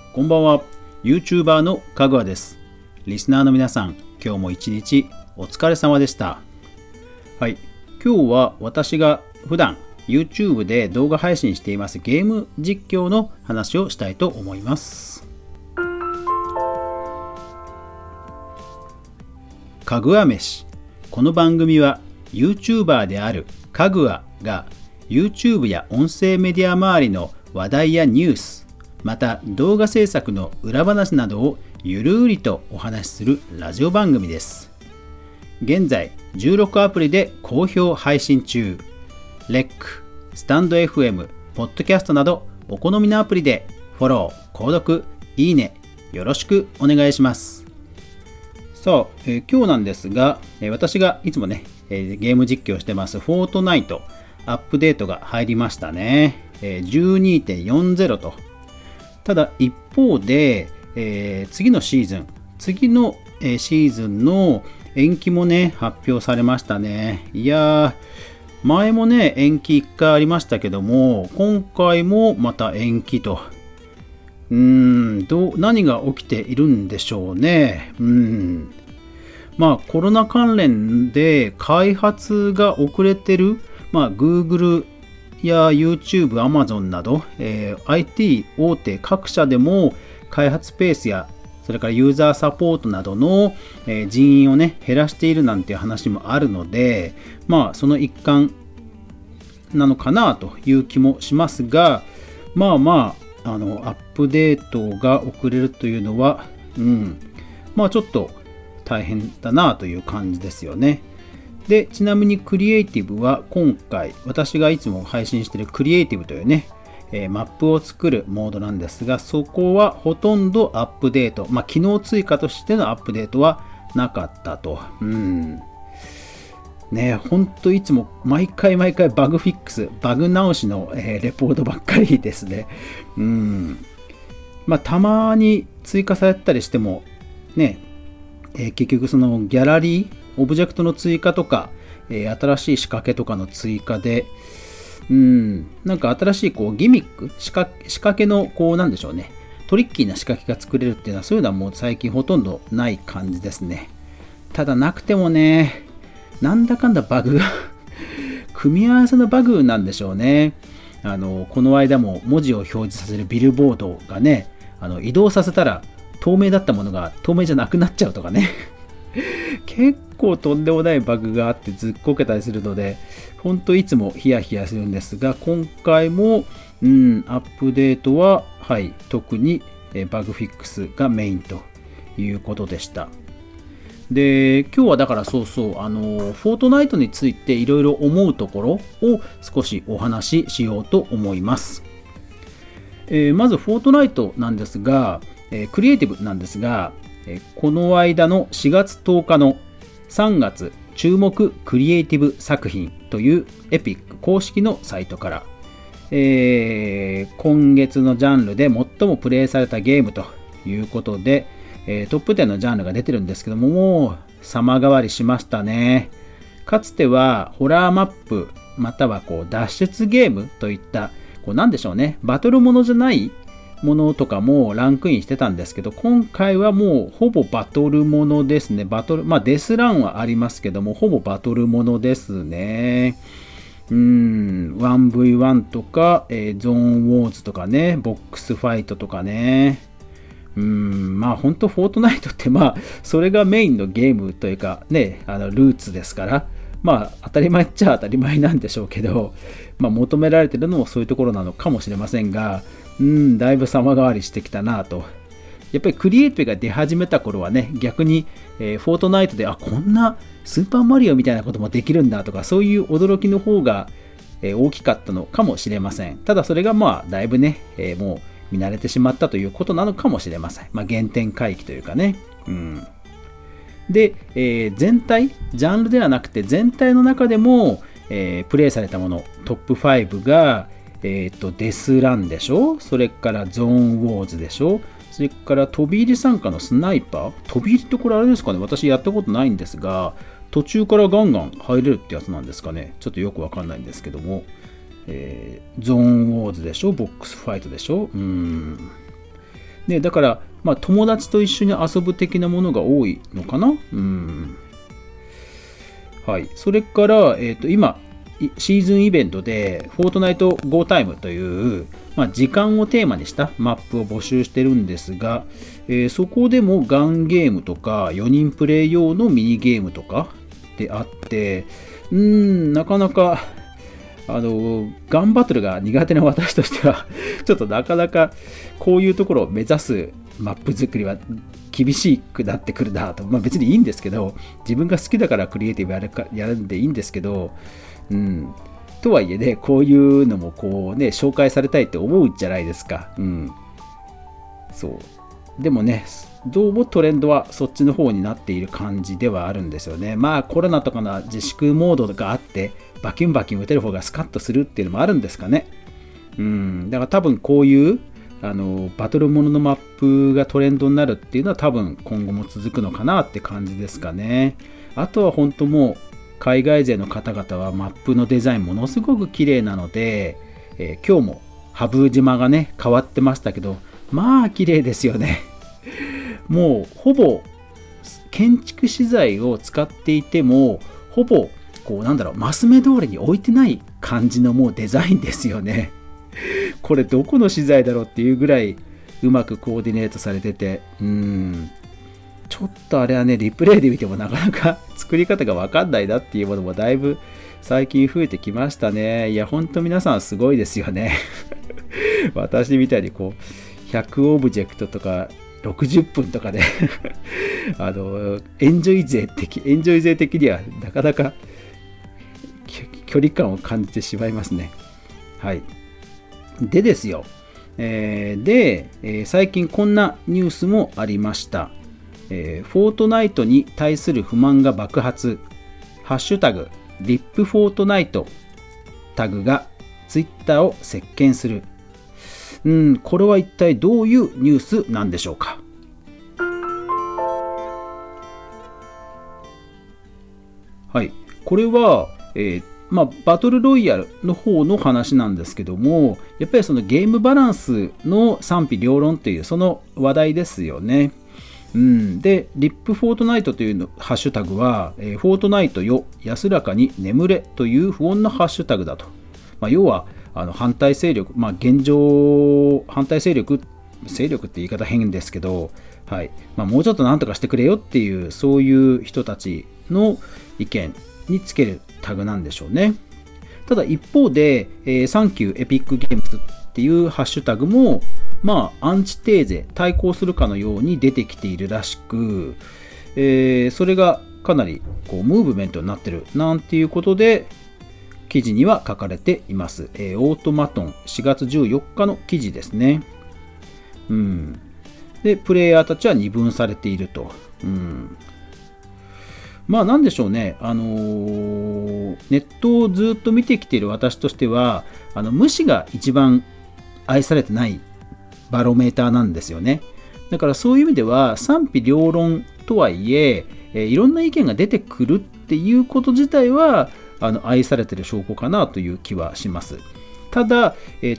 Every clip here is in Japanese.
こんばんは。 YouTuber のかぐわです。リスナーの皆さん、今日も一日お疲れ様でした。はい、今日は私が普段 YouTube で動画配信していますゲーム実況の話をしたいと思います。かぐわ飯。この番組は YouTuber であるかぐわが YouTube や音声メディア周りの話題やニュース、また動画制作の裏話などをゆるりとお話しするラジオ番組です。現在16アプリで好評配信中。レック、スタンド FM、ポッドキャストなどお好みのアプリでフォロー、購読、いいねよろしくお願いします。さあ、今日なんですが、私がいつもね、ゲーム実況してますフォートナイトアップデートが入りましたね。12.40 と。ただ一方で、次のシーズンの延期もね発表されましたね。いやー、前もね延期1回ありましたけども、今回もまた延期と。何が起きているんでしょうね。まあコロナ関連で開発が遅れてる、Google や YouTube、Amazon など、IT 大手各社でも開発ペースやそれからユーザーサポートなどの、人員をね減らしているなんていう話もあるので、その一環なのかなという気もしますが、アップデートが遅れるというのは、ちょっと大変だなという感じですよね。で、ちなみにクリエイティブは今回私がいつも配信しているクリエイティブというね、マップを作るモードなんですが、そこはほとんどアップデート、機能追加としてのアップデートはなかったと。ほんといつも毎回バグフィックス、バグ直しの、レポートばっかりですね。たまに追加されたりしてもね、結局そのギャラリー、オブジェクトの追加とか、新しい仕掛けとかの追加で、なんか新しいこうギミック、仕掛けのこうなんでしょうね、トリッキーな仕掛けが作れるっていうのは、そういうのはもう最近ほとんどない感じですね。ただなくてもね、なんだかんだバグが組み合わせのバグなんでしょうね。この間も文字を表示させるビルボードがね、移動させたら透明だったものが透明じゃなくなっちゃうとかね結構とんでもないバグがあってずっこけたりするので、本当いつもヒヤヒヤするんですが、今回もアップデートは特にバグフィックスがメインということでした。で、今日はだからフォートナイトについていろいろ思うところを少しお話ししようと思います。まずフォートナイトなんですが、クリエイティブなんですが、この間の4月10日の3月注目クリエイティブ作品というエピック公式のサイトから、今月のジャンルで最もプレイされたゲームということで、トップ10のジャンルが出てるんですけども、もう様変わりしましたね。かつてはホラーマップまたはこう脱出ゲームといったなんでしょうね、バトルものじゃないものとかもランクインしてたんですけど、今回はもうほぼバトルものですね。デスランはありますけども、ほぼバトルものですね。1v1 とか、ゾーンウォーズとかね、ボックスファイトとかね。本当フォートナイトってそれがメインのゲームというかね、ルーツですから、当たり前っちゃ当たり前なんでしょうけど、求められてるのもそういうところなのかもしれませんが、だいぶ様変わりしてきたなと。やっぱりクリエイティブが出始めた頃はね、逆に、フォートナイトでこんなスーパーマリオみたいなこともできるんだとか、そういう驚きの方が、大きかったのかもしれません。ただそれがだいぶね、もう見慣れてしまったということなのかもしれません。原点回帰というかね。で、全体、ジャンルではなくて全体の中でも、プレイされたものトップ5が、デスランでしょ、それからゾーンウォーズでしょ、それから飛び入り参加のスナイパー、飛び入りってこれあれですかね、私やったことないんですが、途中からガンガン入れるってやつなんですかね、ちょっとよくわかんないんですけども、ゾーンウォーズでしょ、ボックスファイトでしょ、 でだから、友達と一緒に遊ぶ的なものが多いのかな。はい、それから、今シーズンイベントでフォートナイト Go タイムという、時間をテーマにしたマップを募集してるんですが、そこでもガンゲームとか4人プレイ用のミニゲームとかであって、なかなかガンバトルが苦手な私としてはちょっとなかなかこういうところを目指すマップ作りは厳しくなってくるなと。別にいいんですけど、自分が好きだからクリエイティブやるんでいいんですけど、とはいえね、こういうのもこうね紹介されたいって思うじゃないですか。そうでもね、どうもトレンドはそっちの方になっている感じではあるんですよね。コロナとかの自粛モードがあってバキュンバキュン打てる方がスカッとするっていうのもあるんですかね。だから多分こういうバトルもののマップがトレンドになるっていうのは多分今後も続くのかなって感じですかね。あとは本当もう海外勢の方々はマップのデザインものすごく綺麗なので、今日もハブ島がね変わってましたけど、綺麗ですよね。もうほぼ建築資材を使っていてもほぼマス目通りに置いてない感じのもうデザインですよね。これどこの資材だろうっていうぐらいうまくコーディネートされてて、ちょっとあれはねリプレイで見てもなかなか作り方が分かんないなっていうものもだいぶ最近増えてきましたね。いやほんと皆さんすごいですよね。私みたいに100オブジェクトとか60分とかでエンジョイ勢的にはなかなか距離感を感じてしまいますね。はい。でですよ、最近こんなニュースもありました。フォートナイトに対する不満が爆発。ハッシュタグリップフォートナイトタグがツイッターを席巻する。これは一体どういうニュースなんでしょうか。はい、これは、バトルロイヤルの方の話なんですけども、やっぱりそのゲームバランスの賛否両論というその話題ですよね。で、リップフォートナイトというのハッシュタグは、フォートナイトよ安らかに眠れという不穏なハッシュタグだと。要は反対勢力、現状反対勢力って言い方変ですけど、はい、もうちょっとなんとかしてくれよっていうそういう人たちの意見につけるタグなんでしょうね。ただ一方で、サンキューエピックゲームズっていうハッシュタグもアンチテーゼ対抗するかのように出てきているらしく、それがかなりムーブメントになってるなんていうことで記事には書かれています。オートマトン4月14日の記事ですね。でプレイヤーたちは二分されていると。なんでしょうね、ネットをずっと見てきている私としては無視が一番愛されてないバロメーターなんですよね。だからそういう意味では賛否両論とはいえいろんな意見が出てくるっていうこと自体は愛されてる証拠かなという気はします。ただ、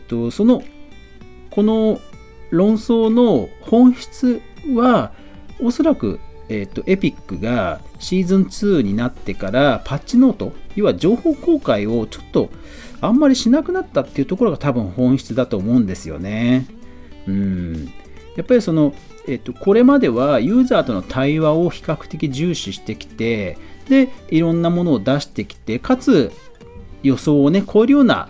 この論争の本質はおそらくエピックがシーズン2になってからパッチノート、要は情報公開をちょっとあんまりしなくなったっていうところが多分本質だと思うんですよね。やっぱりこれまではユーザーとの対話を比較的重視してきて、でいろんなものを出してきて、かつ予想をね超えるような、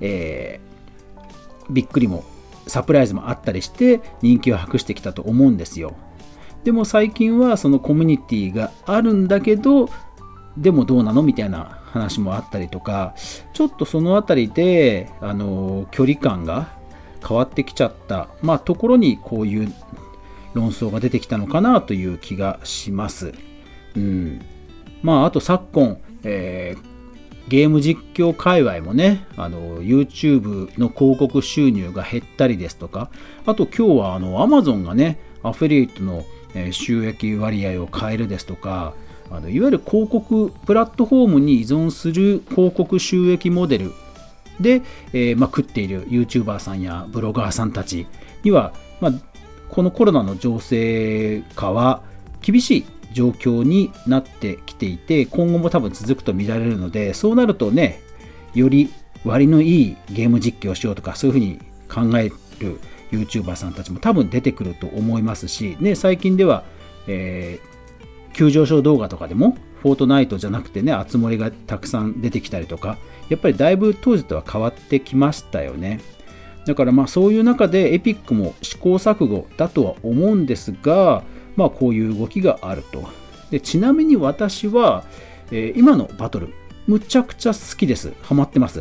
びっくりもサプライズもあったりして人気を博してきたと思うんですよ。でも最近はそのコミュニティがあるんだけど、でもどうなのみたいな話もあったりとか、ちょっとそのあたりで距離感が変わってきちゃった、ところにこういう論争が出てきたのかなという気がします。あと昨今、ゲーム実況界隈もね、YouTube の広告収入が減ったりですとか、あと今日はAmazon がねアフィリエイトの収益割合を変えるですとか、いわゆる広告プラットフォームに依存する広告収益モデルで、食っている YouTuber さんやブロガーさんたちには、 このコロナの情勢下は厳しい状況になってきていて、今後も多分続くと見られるので、そうなるとね、より割のいいゲーム実況をしようとか、そういうふうに考える YouTuber さんたちも多分出てくると思いますし、ね、最近では、急上昇動画とかでもフォートナイトじゃなくてね、熱盛がたくさん出てきたりとか、やっぱりだいぶ当時とは変わってきましたよね。だからまあそういう中でエピックも試行錯誤だとは思うんですが、まあこういう動きがあると。でちなみに私は、今のバトルむちゃくちゃ好きです。ハマってます。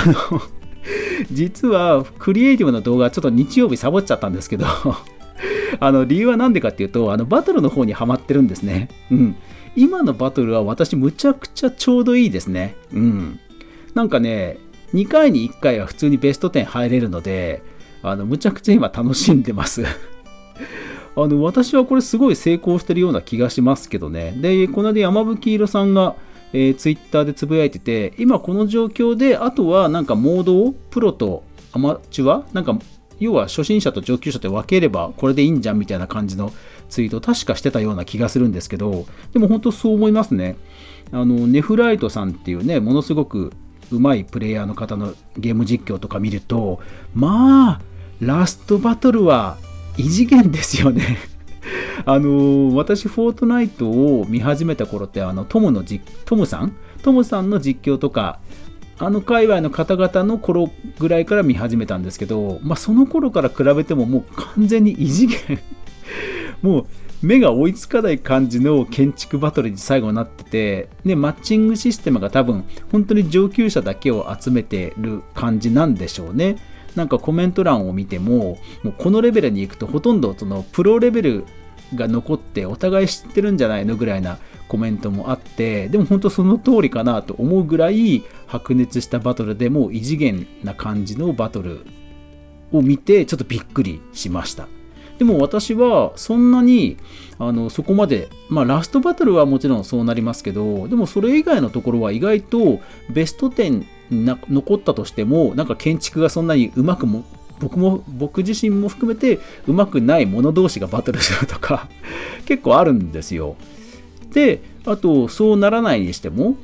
実はクリエイティブの動画ちょっと日曜日サボっちゃったんですけど理由は何でかっていうと、バトルの方にハマってるんですね。今のバトルは私むちゃくちゃちょうどいいですね。なんかね、2回に1回は普通にベスト10入れるので、むちゃくちゃ今楽しんでます私はこれすごい成功してるような気がしますけどね。で、この間山吹色さんが、ツイッターでつぶやいてて、今この状況であとはなんかモードをプロとアマチュア、なんか要は初心者と上級者って分ければこれでいいんじゃんみたいな感じのツイートを確かしてたような気がするんですけど、でも本当そう思いますね。ネフライトさんっていうね、ものすごく上手いプレイヤーの方のゲーム実況とか見ると、まあラストバトルは異次元ですよね私フォートナイトを見始めた頃ってトムさんの実況とか界隈の方々の頃ぐらいから見始めたんですけど、その頃から比べてももう完全に異次元もう目が追いつかない感じの建築バトルに最後になってて、ね、マッチングシステムが多分本当に上級者だけを集めてる感じなんでしょうね。なんかコメント欄を見ても、もうこのレベルに行くとほとんどそのプロレベルが残ってお互い知ってるんじゃないのぐらいなコメントもあって、でも本当その通りかなと思うぐらい白熱したバトルで、もう異次元な感じのバトルを見てちょっとびっくりしました。でも私はそんなにそこまで、ラストバトルはもちろんそうなりますけど、でもそれ以外のところは意外とベスト10に残ったとしても、なんか建築がそんなにうまくも僕自身も含めてうまくない者同士がバトルするとか結構あるんですよ。で、あとそうならないにしても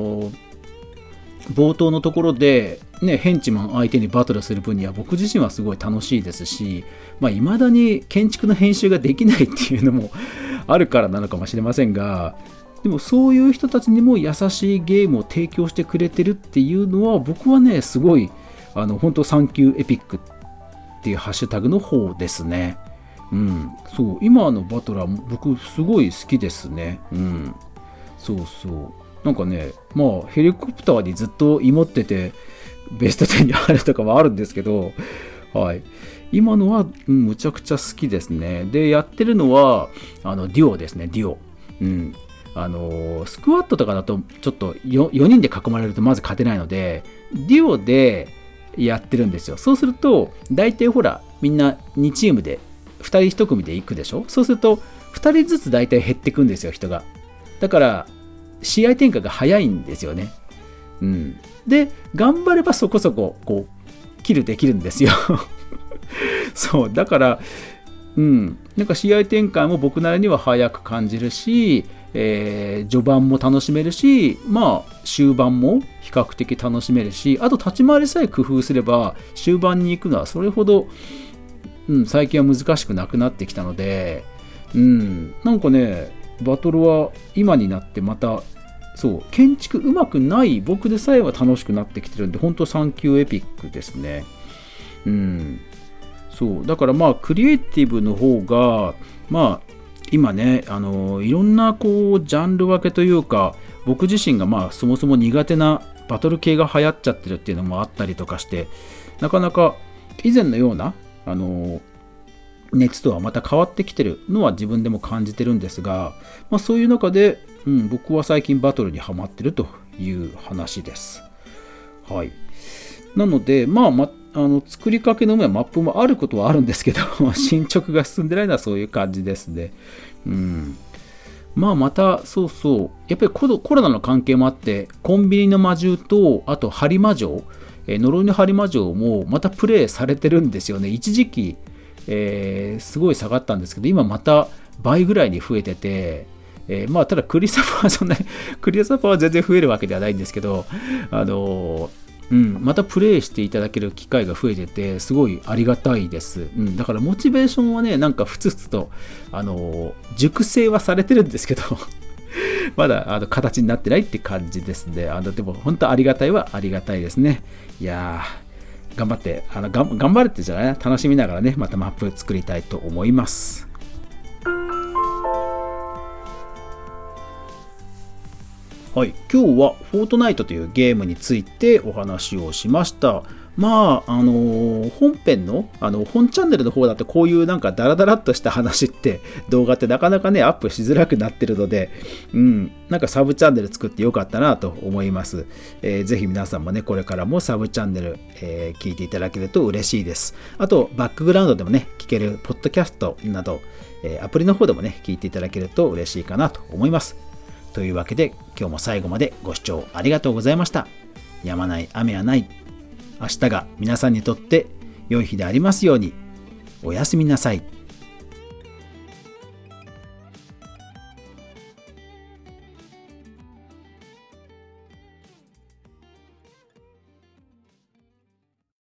冒頭のところで、ね、ヘンチマン相手にバトルする分には僕自身はすごい楽しいですし、未だに建築の編集ができないっていうのもあるからなのかもしれませんが、でもそういう人たちにも優しいゲームを提供してくれてるっていうのは、僕はねすごい本当サンキューエピックっていうハッシュタグの方ですね。そう、今のバトラー僕すごい好きですね。そうなんかね、ヘリコプターにずっと芋っててベスト10に入るとかもあるんですけど、今のは、むちゃくちゃ好きですね。で、やってるのはデュオですね。デュオ、スクワットとかだとちょっと 4人で囲まれるとまず勝てないので、デュオでやってるんですよ。そうすると大体ほらみんな2チームで2人1組で行くでしょ。そうすると2人ずつ大体減ってくんですよ、人が。だから試合展開が早いんですよね。で、頑張ればそこそここうキルできるんですよそうだから、なんか試合展開も僕なりには早く感じるし、序盤も楽しめるし、終盤も比較的楽しめるし、あと立ち回りさえ工夫すれば終盤に行くのはそれほど、最近は難しくなくなってきたので、なんかね、バトルは今になってまた建築うまくない僕でさえは楽しくなってきてるんで、本当サンキューエピックですね。だからクリエイティブの方が今ね、いろんなジャンル分けというか、僕自身がそもそも苦手なバトル系が流行っちゃってるっていうのもあったりとかして、なかなか以前のような熱とはまた変わってきてるのは自分でも感じてるんですが、そういう中で、僕は最近バトルにハマってるという話です。なので作りかけのマップもあることはあるんですけど進捗が進んでないのはそういう感じですね。またやっぱりコロナの関係もあって、コンビニの魔獣とあと播磨城、呪いの播磨城もまたプレイされてるんですよね。一時期、 すごい下がったんですけど、今また倍ぐらいに増えてて、ただクリサパは全然増えるわけではないんですけど、またプレイしていただける機会が増えてて、すごいありがたいです。だからモチベーションはね、なんかふつふつと、熟成はされてるんですけど、まだ形になってないって感じですね。でも本当ありがたいはありがたいですね。いやー、頑張って、頑張れってじゃないな、楽しみながらね、またマップ作りたいと思います。はい、今日はフォートナイトというゲームについてお話をしました。本編の本チャンネルの方だとこういうなんかダラダラっとした話って動画ってなかなかねアップしづらくなってるので、なんかサブチャンネル作ってよかったなと思います。ぜひ皆さんもねこれからもサブチャンネル、聞いていただけると嬉しいです。あとバックグラウンドでもね聞けるポッドキャストなど、アプリの方でもね聞いていただけると嬉しいかなと思います。というわけで今日も最後までご視聴ありがとうございました。止まない雨はない。明日が皆さんにとって良い日でありますように。おやすみなさい。